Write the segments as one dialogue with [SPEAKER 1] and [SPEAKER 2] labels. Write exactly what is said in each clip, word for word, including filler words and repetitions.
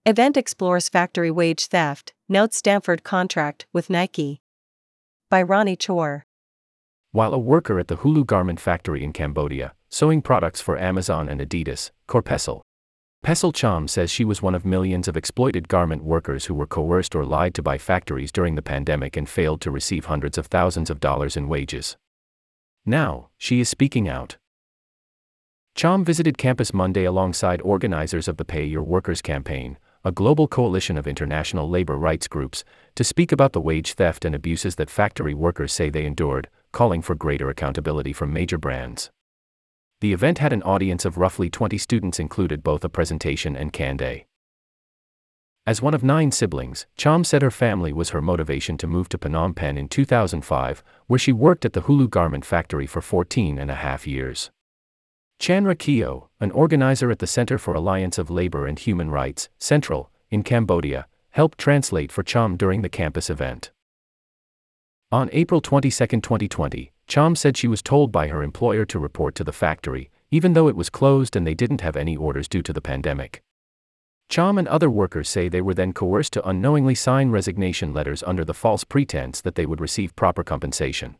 [SPEAKER 1] Event explores factory wage theft, notes Stanford contract with Nike. By Ronnie Chor.
[SPEAKER 2] While a worker at the Hulu garment factory in Cambodia, sewing products for Amazon and Adidas, Corpessel. Pessel Cham says she was one of millions of exploited garment workers who were coerced or lied to by factories during the pandemic and failed to receive hundreds of thousands of dollars in wages. Now, she is speaking out. Cham visited campus Monday alongside organizers of the Pay Your Workers campaign, a global coalition of international labor rights groups, to speak about the wage theft and abuses that factory workers say they endured, calling for greater accountability from major brands. The event had an audience of roughly twenty students, included both a presentation and Canday. As one of nine siblings, Cham said her family was her motivation to move to Phnom Penh in two thousand five, where she worked at the Hulu garment factory for fourteen and a half years. Chanra Keo, an organizer at the Center for Alliance of Labor and Human Rights, Central, in Cambodia, helped translate for Cham during the campus event. On April twenty-second, twenty twenty, Cham said she was told by her employer to report to the factory, even though it was closed and they didn't have any orders due to the pandemic. Cham and other workers say they were then coerced to unknowingly sign resignation letters under the false pretense that they would receive proper compensation.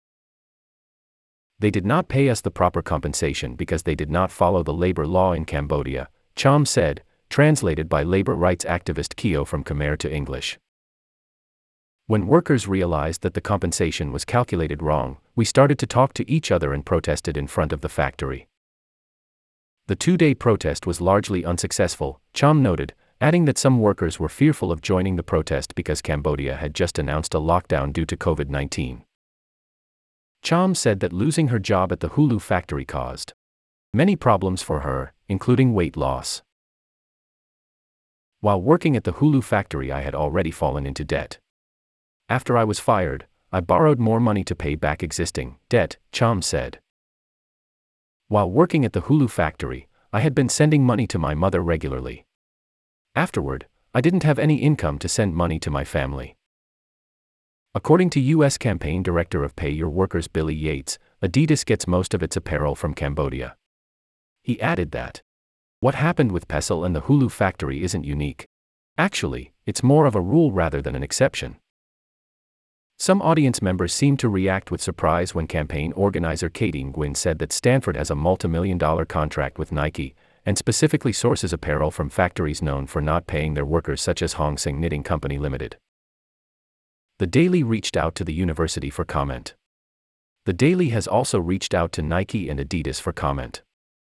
[SPEAKER 2] They did not pay us the proper compensation because they did not follow the labor law in Cambodia, Cham said, translated by labor rights activist Keo from Khmer to English. When workers realized that the compensation was calculated wrong, we started to talk to each other and protested in front of the factory. The two-day protest was largely unsuccessful, Cham noted, adding that some workers were fearful of joining the protest because Cambodia had just announced a lockdown due to COVID nineteen. Cham said that losing her job at the Hulu factory caused many problems for her, including weight loss. While working at the Hulu factory, I had already fallen into debt. After I was fired, I borrowed more money to pay back existing debt, Cham said. While working at the Hulu factory, I had been sending money to my mother regularly. Afterward, I didn't have any income to send money to my family. According to U S campaign director of Pay Your Workers Billy Yates, Adidas gets most of its apparel from Cambodia. He added that what happened with Pessel and the Hulu factory isn't unique. Actually, it's more of a rule rather than an exception. Some audience members seemed to react with surprise when campaign organizer Katie Nguyen said that Stanford has a multi-million dollar contract with Nike, and specifically sources apparel from factories known for not paying their workers, such as Hong Sing Knitting Company Limited. The Daily reached out to the university for comment. The Daily has also reached out to Nike and Adidas for comment.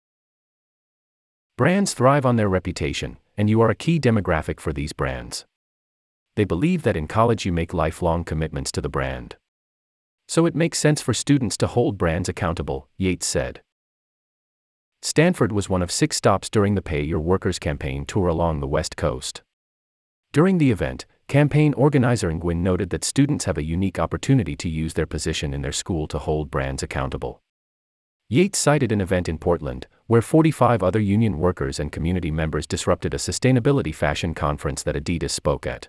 [SPEAKER 2] Brands thrive on their reputation, and you are a key demographic for these brands. They believe that in college you make lifelong commitments to the brand. So it makes sense for students to hold brands accountable, Yates said. Stanford was one of six stops during the Pay Your Workers campaign tour along the West Coast. During the event, campaign organizer Nguyen noted that students have a unique opportunity to use their position in their school to hold brands accountable. Yates cited an event in Portland, where forty-five other union workers and community members disrupted a sustainability fashion conference that Adidas spoke at.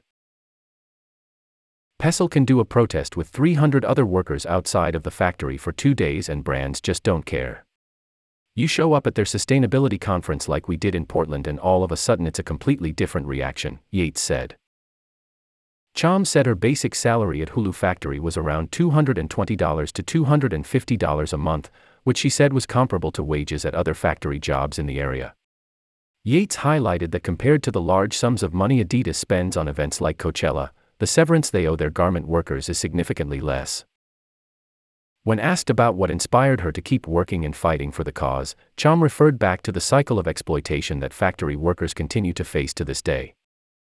[SPEAKER 2] Pessel can do a protest with three hundred other workers outside of the factory for two days and brands just don't care. You show up at their sustainability conference like we did in Portland and all of a sudden it's a completely different reaction, Yates said. Cham said her basic salary at Hulu factory was around two hundred twenty to two hundred fifty dollars a month, which she said was comparable to wages at other factory jobs in the area. Yates highlighted that compared to the large sums of money Adidas spends on events like Coachella, the severance they owe their garment workers is significantly less. When asked about what inspired her to keep working and fighting for the cause, Cham referred back to the cycle of exploitation that factory workers continue to face to this day.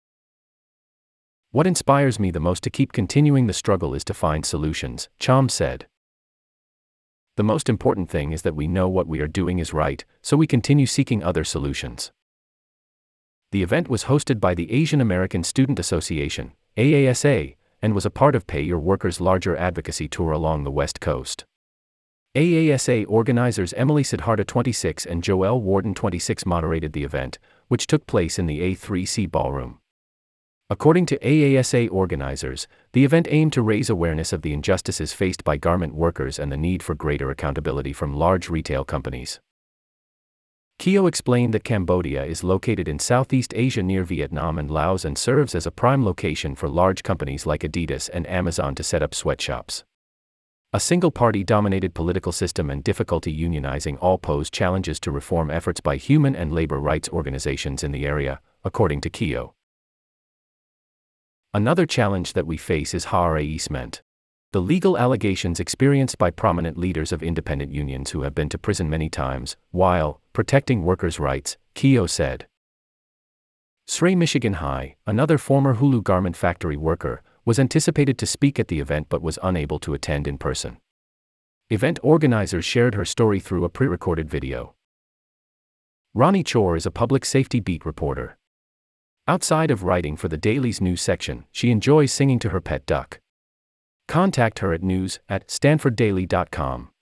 [SPEAKER 2] What inspires me the most to keep continuing the struggle is to find solutions, Cham said. The most important thing is that we know what we are doing is right, so we continue seeking other solutions. The event was hosted by the Asian American Student Association, A A S A, and was a part of Pay Your Workers' larger advocacy tour along the West Coast. A A S A organizers Emily Siddhartha twenty-six and Joelle Warden twenty-six moderated the event, which took place in the A three C ballroom. According to A A S A organizers, the event aimed to raise awareness of the injustices faced by garment workers and the need for greater accountability from large retail companies. Kyo explained that Cambodia is located in Southeast Asia near Vietnam and Laos and serves as a prime location for large companies like Adidas and Amazon to set up sweatshops. A single-party dominated political system and difficulty unionizing all pose challenges to reform efforts by human and labor rights organizations in the area, according to Kyo. Another challenge that we face is harassment. The legal allegations experienced by prominent leaders of independent unions who have been to prison many times, while protecting workers' rights, Kyo said. Sray Michigan High, another former Hulu garment factory worker, was anticipated to speak at the event but was unable to attend in person. Event organizers shared her story through a pre-recorded video. Ronnie Chor is a public safety beat reporter. Outside of writing for the Daily's news section, she enjoys singing to her pet duck. Contact her at news at stanford daily dot com.